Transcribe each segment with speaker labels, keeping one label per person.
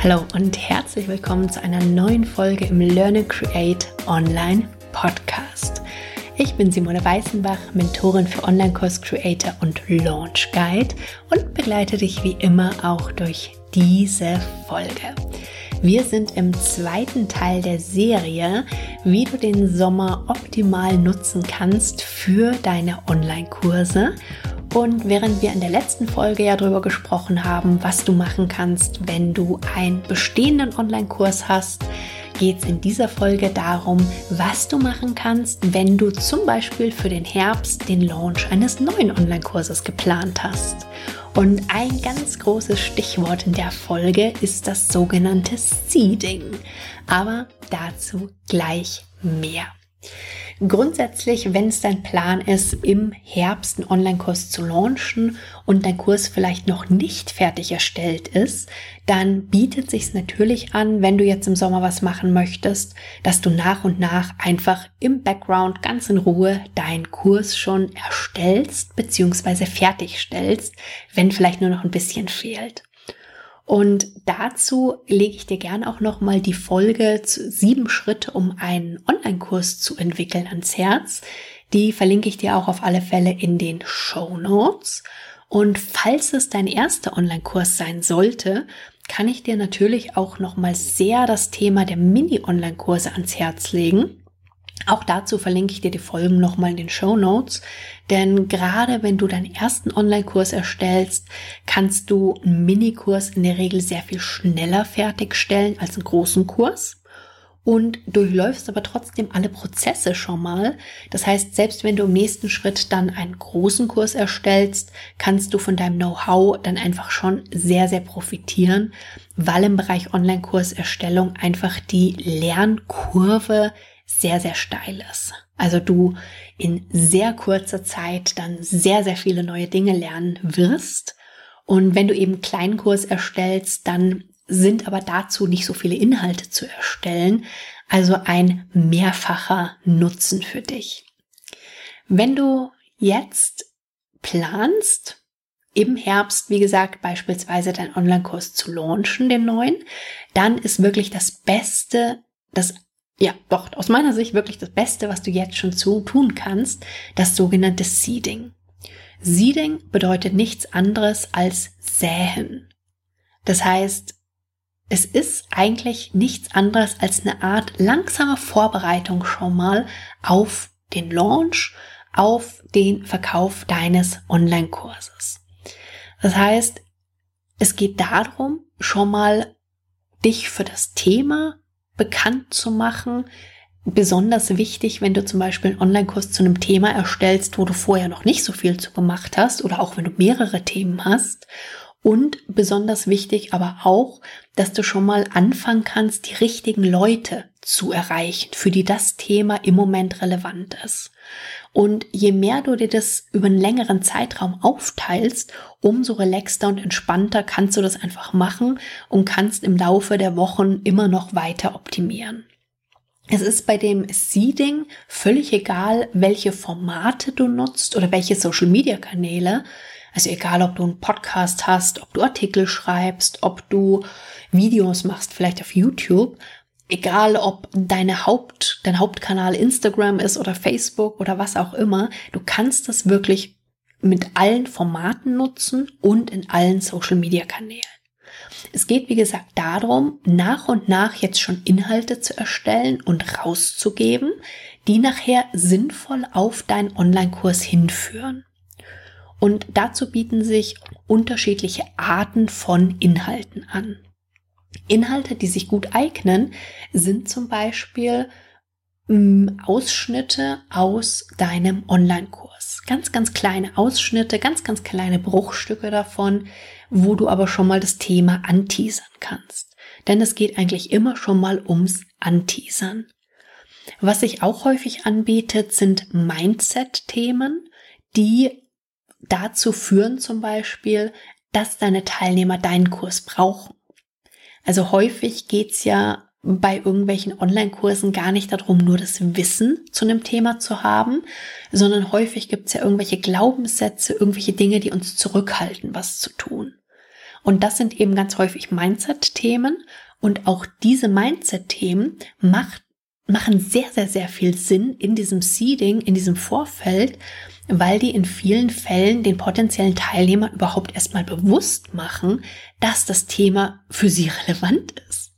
Speaker 1: Hallo und herzlich willkommen zu einer neuen Folge im Learn and Create Online Podcast. Ich bin Simone Weißenbach, Mentorin für Online-Kurs Creator und Launch Guide und begleite dich wie immer auch durch diese Folge. Wir sind im zweiten Teil der Serie, wie du den Sommer optimal nutzen kannst für deine Online-Kurse. Und während wir in der letzten Folge ja darüber gesprochen haben, was du machen kannst, wenn du einen bestehenden Online-Kurs hast, geht es in dieser Folge darum, was du machen kannst, wenn du zum Beispiel für den Herbst den Launch eines neuen Online-Kurses geplant hast. Und ein ganz großes Stichwort in der Folge ist das sogenannte Seeding. Aber dazu gleich mehr. Grundsätzlich, wenn es dein Plan ist, im Herbst einen Online-Kurs zu launchen und dein Kurs vielleicht noch nicht fertig erstellt ist, dann bietet sich natürlich an, wenn du jetzt im Sommer was machen möchtest, dass du nach und nach einfach im Background ganz in Ruhe deinen Kurs schon erstellst bzw. fertigstellst, wenn vielleicht nur noch ein bisschen fehlt. Und dazu lege ich dir gerne auch nochmal die Folge zu 7 Schritte, um einen Online-Kurs zu entwickeln, ans Herz. Die verlinke ich dir auch auf alle Fälle in den Shownotes. Und falls es dein erster Online-Kurs sein sollte, kann ich dir natürlich auch nochmal sehr das Thema der Mini-Online-Kurse ans Herz legen. Auch dazu verlinke ich dir die Folgen nochmal in den Shownotes, denn gerade wenn du deinen ersten Online-Kurs erstellst, kannst du einen Minikurs in der Regel sehr viel schneller fertigstellen als einen großen Kurs und durchläufst aber trotzdem alle Prozesse schon mal. Das heißt, selbst wenn du im nächsten Schritt dann einen großen Kurs erstellst, kannst du von deinem Know-how dann einfach schon sehr, sehr profitieren, weil im Bereich Online-Kurserstellung einfach die Lernkurve sehr, sehr steil ist. Also du in sehr kurzer Zeit dann sehr, sehr viele neue Dinge lernen wirst. Und wenn du eben einen kleinen Kurs erstellst, dann sind aber dazu nicht so viele Inhalte zu erstellen. Also ein mehrfacher Nutzen für dich. Wenn du jetzt planst, im Herbst, wie gesagt, beispielsweise deinen Online-Kurs zu launchen, den neuen, dann ist wirklich das Beste, aus meiner Sicht wirklich das Beste, was du jetzt schon tun kannst, das sogenannte Seeding. Seeding bedeutet nichts anderes als säen. Das heißt, es ist eigentlich nichts anderes als eine Art langsame Vorbereitung schon mal auf den Launch, auf den Verkauf deines Online-Kurses. Das heißt, es geht darum, schon mal dich für das Thema bekannt zu machen. Besonders wichtig, wenn du zum Beispiel einen Online-Kurs zu einem Thema erstellst, wo du vorher noch nicht so viel zu gemacht hast oder auch wenn du mehrere Themen hast. Und besonders wichtig aber auch, dass du schon mal anfangen kannst, die richtigen Leute zu erreichen, für die das Thema im Moment relevant ist. Und je mehr du dir das über einen längeren Zeitraum aufteilst, umso relaxter und entspannter kannst du das einfach machen und kannst im Laufe der Wochen immer noch weiter optimieren. Es ist bei dem Seeding völlig egal, welche Formate du nutzt oder welche Social-Media-Kanäle. Also egal, ob du einen Podcast hast, ob du Artikel schreibst, ob du Videos machst, vielleicht auf YouTube. Egal, ob dein Hauptkanal Instagram ist oder Facebook oder was auch immer, du kannst das wirklich mit allen Formaten nutzen und in allen Social-Media-Kanälen. Es geht, wie gesagt, darum, nach und nach jetzt schon Inhalte zu erstellen und rauszugeben, die nachher sinnvoll auf deinen Online-Kurs hinführen. Und dazu bieten sich unterschiedliche Arten von Inhalten an. Inhalte, die sich gut eignen, sind zum Beispiel Ausschnitte aus deinem Online-Kurs. Ganz, ganz kleine Ausschnitte, ganz, ganz kleine Bruchstücke davon, wo du aber schon mal das Thema anteasern kannst. Denn es geht eigentlich immer schon mal ums Anteasern. Was sich auch häufig anbietet, sind Mindset-Themen, die dazu führen zum Beispiel, dass deine Teilnehmer deinen Kurs brauchen. Also häufig geht's ja bei irgendwelchen Online-Kursen gar nicht darum, nur das Wissen zu einem Thema zu haben, sondern häufig gibt's ja irgendwelche Glaubenssätze, irgendwelche Dinge, die uns zurückhalten, was zu tun. Und das sind eben ganz häufig Mindset-Themen. Und auch diese Mindset-Themen machen sehr, sehr, sehr viel Sinn in diesem Seeding, in diesem Vorfeld, weil die in vielen Fällen den potenziellen Teilnehmern überhaupt erstmal bewusst machen, dass das Thema für sie relevant ist.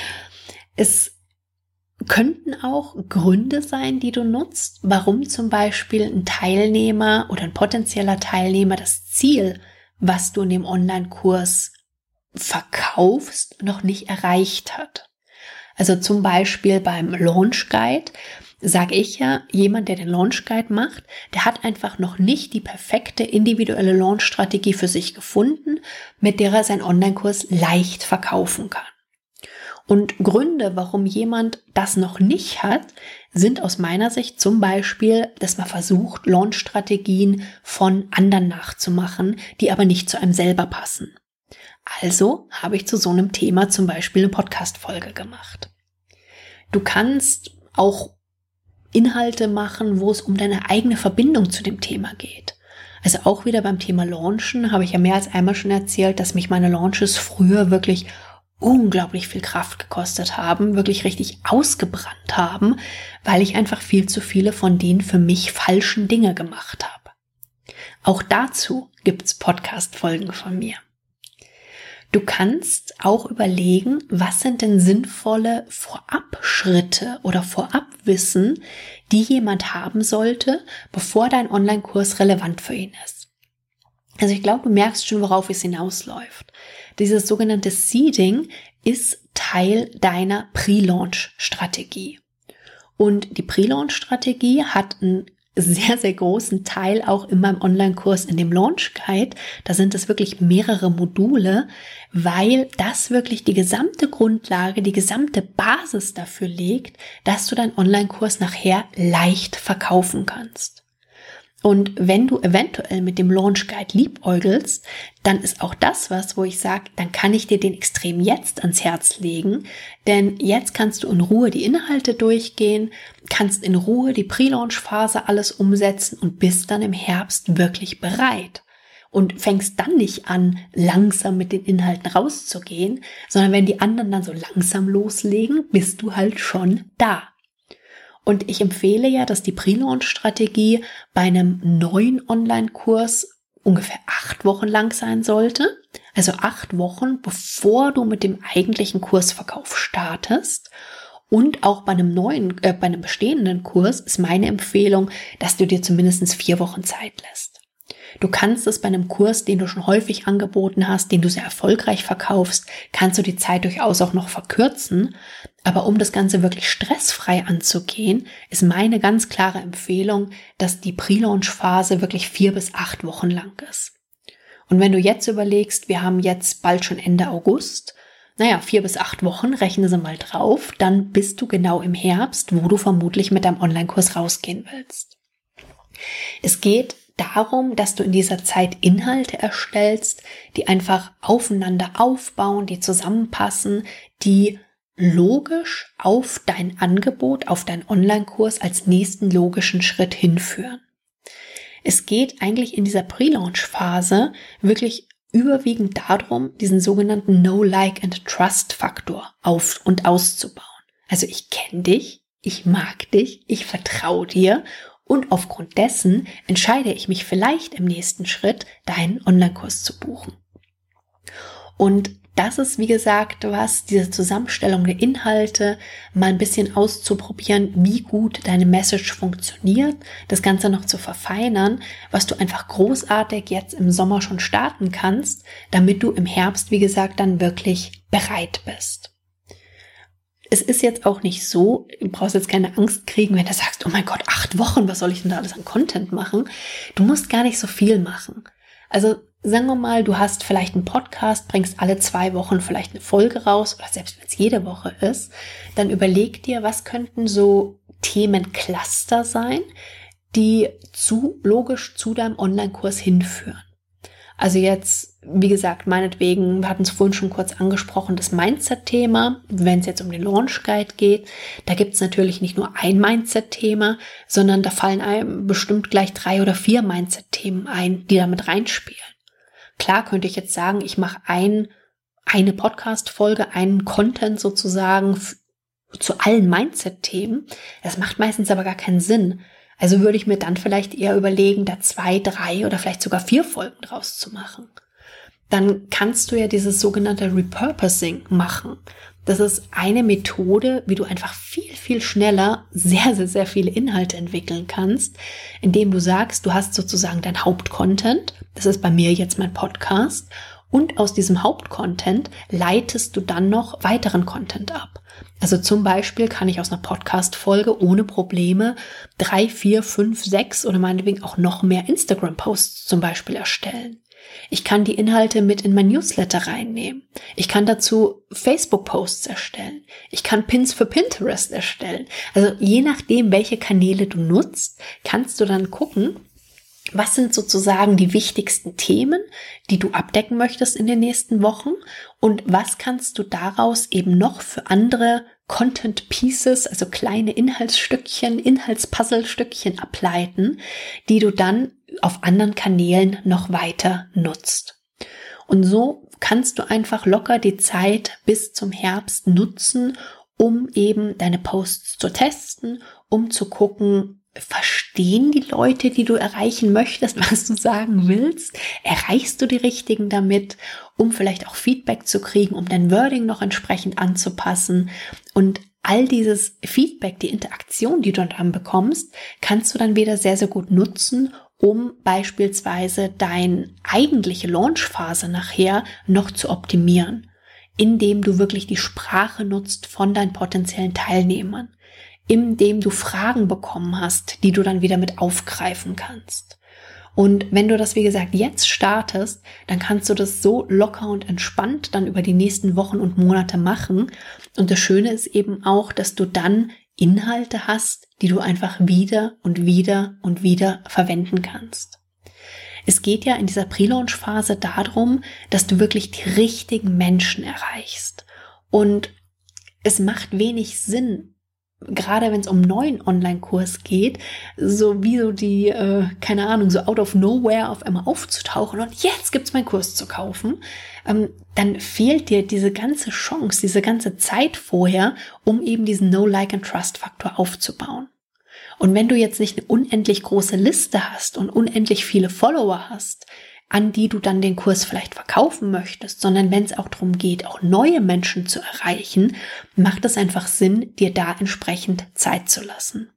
Speaker 1: Es könnten auch Gründe sein, die du nutzt, warum zum Beispiel ein Teilnehmer oder ein potenzieller Teilnehmer das Ziel, was du in dem Online-Kurs verkaufst, noch nicht erreicht hat. Also zum Beispiel beim Launch Guide sage ich ja, jemand, der den Launch Guide macht, der hat einfach noch nicht die perfekte individuelle Launch-Strategie für sich gefunden, mit der er seinen Online-Kurs leicht verkaufen kann. Und Gründe, warum jemand das noch nicht hat, sind aus meiner Sicht zum Beispiel, dass man versucht, Launch-Strategien von anderen nachzumachen, die aber nicht zu einem selber passen. Also habe ich zu so einem Thema zum Beispiel eine Podcast-Folge gemacht. Du kannst auch Inhalte machen, wo es um deine eigene Verbindung zu dem Thema geht. Also auch wieder beim Thema Launchen habe ich ja mehr als einmal schon erzählt, dass mich meine Launches früher wirklich unglaublich viel Kraft gekostet haben, wirklich richtig ausgebrannt haben, weil ich einfach viel zu viele von den für mich falschen Dinge gemacht habe. Auch dazu gibt's Podcast-Folgen von mir. Du kannst auch überlegen, was sind denn sinnvolle Vorabschritte oder Vorabwissen, die jemand haben sollte, bevor dein Online-Kurs relevant für ihn ist. Also ich glaube, du merkst schon, worauf es hinausläuft. Dieses sogenannte Seeding ist Teil deiner Pre-Launch-Strategie. Und die Pre-Launch-Strategie hat einen sehr, sehr großen Teil auch in meinem Online-Kurs in dem Launch Guide. Da sind es wirklich mehrere Module, weil das wirklich die gesamte Grundlage, die gesamte Basis dafür legt, dass du deinen Online-Kurs nachher leicht verkaufen kannst. Und wenn du eventuell mit dem Launch Guide liebäugelst, dann ist auch das was, wo ich sage, dann kann ich dir den extrem jetzt ans Herz legen, denn jetzt kannst du in Ruhe die Inhalte durchgehen, kannst in Ruhe die Pre-Launch-Phase alles umsetzen und bist dann im Herbst wirklich bereit. Und fängst dann nicht an, langsam mit den Inhalten rauszugehen, sondern wenn die anderen dann so langsam loslegen, bist du halt schon da. Und ich empfehle ja, dass die Pre-Launch-Strategie bei einem neuen Online-Kurs ungefähr 8 Wochen lang sein sollte. Also 8 Wochen, bevor du mit dem eigentlichen Kursverkauf startest. Und auch bei einem bestehenden Kurs ist meine Empfehlung, dass du dir zumindest 4 Wochen Zeit lässt. Du kannst es bei einem Kurs, den du schon häufig angeboten hast, den du sehr erfolgreich verkaufst, kannst du die Zeit durchaus auch noch verkürzen. Aber um das Ganze wirklich stressfrei anzugehen, ist meine ganz klare Empfehlung, dass die Pre-Launch-Phase wirklich 4 bis 8 Wochen lang ist. Und wenn du jetzt überlegst, wir haben jetzt bald schon Ende August, 4 bis 8 Wochen, rechne sie mal drauf, dann bist du genau im Herbst, wo du vermutlich mit deinem Online-Kurs rausgehen willst. Es geht darum, dass du in dieser Zeit Inhalte erstellst, die einfach aufeinander aufbauen, die zusammenpassen, die logisch auf dein Angebot, auf deinen Online-Kurs als nächsten logischen Schritt hinführen. Es geht eigentlich in dieser Pre-Launch-Phase wirklich überwiegend darum, diesen sogenannten Know, Like and Trust-Faktor auf- und auszubauen. Also ich kenne dich, ich mag dich, ich vertraue dir und aufgrund dessen entscheide ich mich vielleicht im nächsten Schritt, deinen Online-Kurs zu buchen. Und das ist, wie gesagt, diese Zusammenstellung der Inhalte, mal ein bisschen auszuprobieren, wie gut deine Message funktioniert, das Ganze noch zu verfeinern, was du einfach großartig jetzt im Sommer schon starten kannst, damit du im Herbst, wie gesagt, dann wirklich bereit bist. Es ist jetzt auch nicht so, du brauchst jetzt keine Angst kriegen, wenn du sagst, oh mein Gott, 8 Wochen, was soll ich denn da alles an Content machen? Du musst gar nicht so viel machen. Also sagen wir mal, du hast vielleicht einen Podcast, bringst alle 2 Wochen vielleicht eine Folge raus oder selbst wenn es jede Woche ist, dann überleg dir, was könnten so Themencluster sein, die logisch zu deinem Online-Kurs hinführen. Also jetzt, wie gesagt, meinetwegen, wir hatten es vorhin schon kurz angesprochen, das Mindset-Thema, wenn es jetzt um den Launch Guide geht, da gibt es natürlich nicht nur ein Mindset-Thema, sondern da fallen einem bestimmt gleich 3 oder 4 Mindset-Themen ein, die damit reinspielen. klar könnte ich jetzt sagen, ich mache eine Podcast-Folge, einen Content sozusagen zu allen Mindset-Themen. Das macht meistens aber gar keinen Sinn. Also würde ich mir dann vielleicht eher überlegen, da 2, 3 oder vielleicht sogar 4 Folgen draus zu machen. Dann kannst du ja dieses sogenannte Repurposing machen. Das ist eine Methode, wie du einfach viel, viel schneller sehr, sehr, sehr viele Inhalte entwickeln kannst, indem du sagst, du hast sozusagen dein Hauptcontent. Das ist bei mir jetzt mein Podcast. Und aus diesem Hauptcontent leitest du dann noch weiteren Content ab. Also zum Beispiel kann ich aus einer Podcast-Folge ohne Probleme 3, 4, 5, 6 oder meinetwegen auch noch mehr Instagram-Posts zum Beispiel erstellen. Ich kann die Inhalte mit in mein Newsletter reinnehmen. Ich kann dazu Facebook-Posts erstellen. Ich kann Pins für Pinterest erstellen. Also je nachdem, welche Kanäle du nutzt, kannst du dann gucken, was sind sozusagen die wichtigsten Themen, die du abdecken möchtest in den nächsten Wochen und was kannst du daraus eben noch für andere Content Pieces, also kleine Inhaltsstückchen, Inhaltspuzzlestückchen ableiten, die du dann auf anderen Kanälen noch weiter nutzt. Und so kannst du einfach locker die Zeit bis zum Herbst nutzen, um eben deine Posts zu testen, um zu gucken, verstehen die Leute, die du erreichen möchtest, was du sagen willst? Erreichst du die Richtigen damit, um vielleicht auch Feedback zu kriegen, um dein Wording noch entsprechend anzupassen? Und all dieses Feedback, die Interaktion, die du dann bekommst, kannst du dann wieder sehr, sehr gut nutzen, um beispielsweise deine eigentliche Launchphase nachher noch zu optimieren, indem du wirklich die Sprache nutzt von deinen potenziellen Teilnehmern, indem du Fragen bekommen hast, die du dann wieder mit aufgreifen kannst. Und wenn du das, wie gesagt, jetzt startest, dann kannst du das so locker und entspannt dann über die nächsten Wochen und Monate machen. Und das Schöne ist eben auch, dass du dann Inhalte hast, die du einfach wieder und wieder und wieder verwenden kannst. Es geht ja in dieser Pre-Launch-Phase darum, dass du wirklich die richtigen Menschen erreichst. Und es macht wenig Sinn, gerade wenn es um einen neuen Online-Kurs geht, so wie so die, keine Ahnung, so out of nowhere auf einmal aufzutauchen und jetzt gibt's meinen Kurs zu kaufen, dann fehlt dir diese ganze Chance, diese ganze Zeit vorher, um eben diesen Know-Like-and-Trust-Faktor aufzubauen. Und wenn du jetzt nicht eine unendlich große Liste hast und unendlich viele Follower hast, an die du dann den Kurs vielleicht verkaufen möchtest, sondern wenn es auch darum geht, auch neue Menschen zu erreichen, macht es einfach Sinn, dir da entsprechend Zeit zu lassen.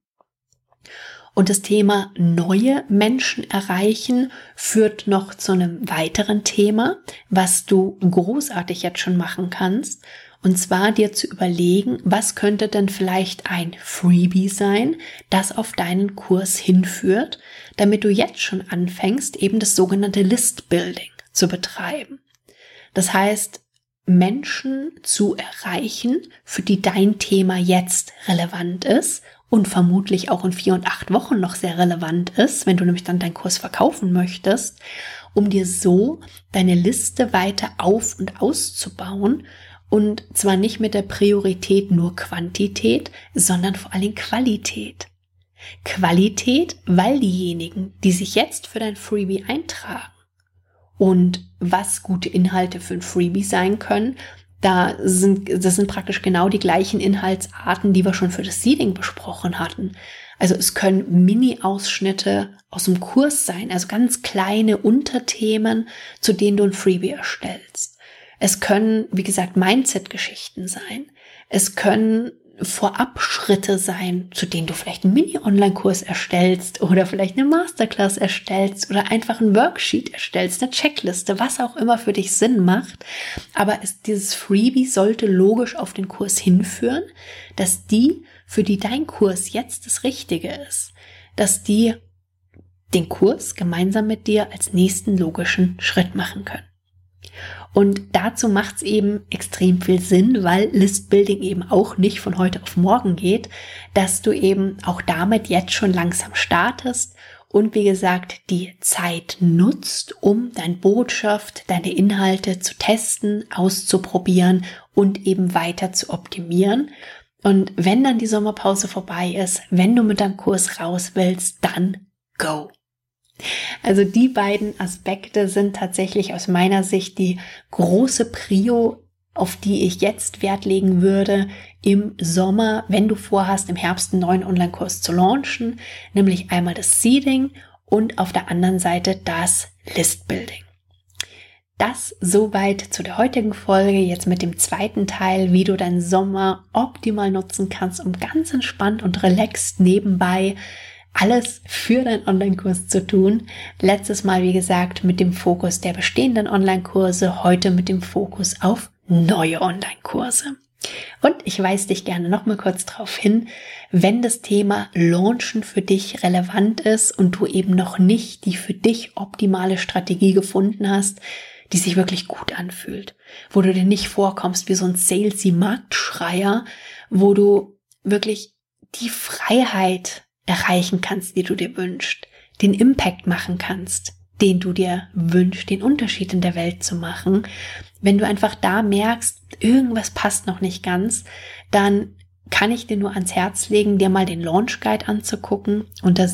Speaker 1: Und das Thema neue Menschen erreichen führt noch zu einem weiteren Thema, was du großartig jetzt schon machen kannst. Und zwar dir zu überlegen, was könnte denn vielleicht ein Freebie sein, das auf deinen Kurs hinführt, damit du jetzt schon anfängst, eben das sogenannte List-Building zu betreiben. Das heißt, Menschen zu erreichen, für die dein Thema jetzt relevant ist und vermutlich auch in 4 und 8 Wochen noch sehr relevant ist, wenn du nämlich dann deinen Kurs verkaufen möchtest, um dir so deine Liste weiter auf- und auszubauen. Und zwar nicht mit der Priorität nur Quantität, sondern vor allem Qualität. Qualität, weil diejenigen, die sich jetzt für dein Freebie eintragen und was gute Inhalte für ein Freebie sein können, das sind praktisch genau die gleichen Inhaltsarten, die wir schon für das Seeding besprochen hatten. Also es können Mini-Ausschnitte aus dem Kurs sein, also ganz kleine Unterthemen, zu denen du ein Freebie erstellst. Es können, wie gesagt, Mindset-Geschichten sein. Es können Vorabschritte sein, zu denen du vielleicht einen Mini-Online-Kurs erstellst oder vielleicht eine Masterclass erstellst oder einfach ein Worksheet erstellst, eine Checkliste, was auch immer für dich Sinn macht. Aber dieses Freebie sollte logisch auf den Kurs hinführen, dass die, für die dein Kurs jetzt das Richtige ist, dass die den Kurs gemeinsam mit dir als nächsten logischen Schritt machen können. Und dazu macht es eben extrem viel Sinn, weil Listbuilding eben auch nicht von heute auf morgen geht, dass du eben auch damit jetzt schon langsam startest und wie gesagt die Zeit nutzt, um deine Botschaft, deine Inhalte zu testen, auszuprobieren und eben weiter zu optimieren. Und wenn dann die Sommerpause vorbei ist, wenn du mit deinem Kurs raus willst, dann go! Also die beiden Aspekte sind tatsächlich aus meiner Sicht die große Prio, auf die ich jetzt Wert legen würde im Sommer, wenn du vorhast, im Herbst einen neuen Online-Kurs zu launchen, nämlich einmal das Seeding und auf der anderen Seite das Listbuilding. Das soweit zu der heutigen Folge, jetzt mit dem zweiten Teil, wie du deinen Sommer optimal nutzen kannst, um ganz entspannt und relaxed nebenbei alles für deinen Online-Kurs zu tun. Letztes Mal, wie gesagt, mit dem Fokus der bestehenden Online-Kurse, heute mit dem Fokus auf neue Online-Kurse. Und ich weise dich gerne noch mal kurz darauf hin, wenn das Thema Launchen für dich relevant ist und du eben noch nicht die für dich optimale Strategie gefunden hast, die sich wirklich gut anfühlt, wo du dir nicht vorkommst wie so ein salesy Marktschreier, wo du wirklich die Freiheit erreichen kannst, die du dir wünschst, den Impact machen kannst, den du dir wünschst, den Unterschied in der Welt zu machen. Wenn du einfach da merkst, irgendwas passt noch nicht ganz, dann kann ich dir nur ans Herz legen, dir mal den Launch Guide anzugucken. Unter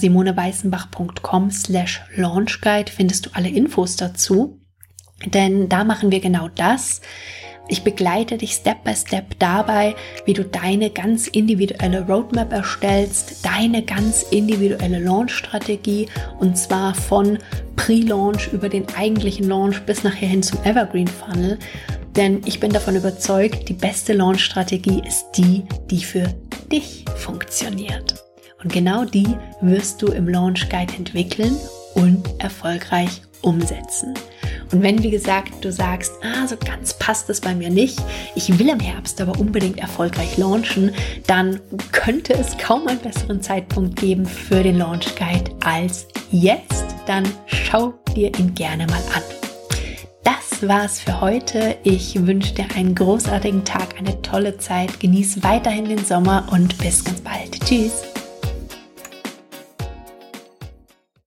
Speaker 1: simoneweißenbach.com/Launch Guide findest du alle Infos dazu, denn da machen wir genau das. Ich begleite dich Step by Step dabei, wie du deine ganz individuelle Roadmap erstellst, deine ganz individuelle Launch-Strategie, und zwar von Pre-Launch über den eigentlichen Launch bis nachher hin zum Evergreen Funnel. Denn ich bin davon überzeugt, die beste Launch-Strategie ist die, die für dich funktioniert. Und genau die wirst du im Launch Guide entwickeln und erfolgreich umsetzen. Und wenn, wie gesagt, du sagst, so ganz passt es bei mir nicht, ich will im Herbst aber unbedingt erfolgreich launchen, dann könnte es kaum einen besseren Zeitpunkt geben für den Launch Guide als jetzt. Dann schau dir ihn gerne mal an. Das war's für heute. Ich wünsche dir einen großartigen Tag, eine tolle Zeit. Genieß weiterhin den Sommer und bis ganz bald. Tschüss.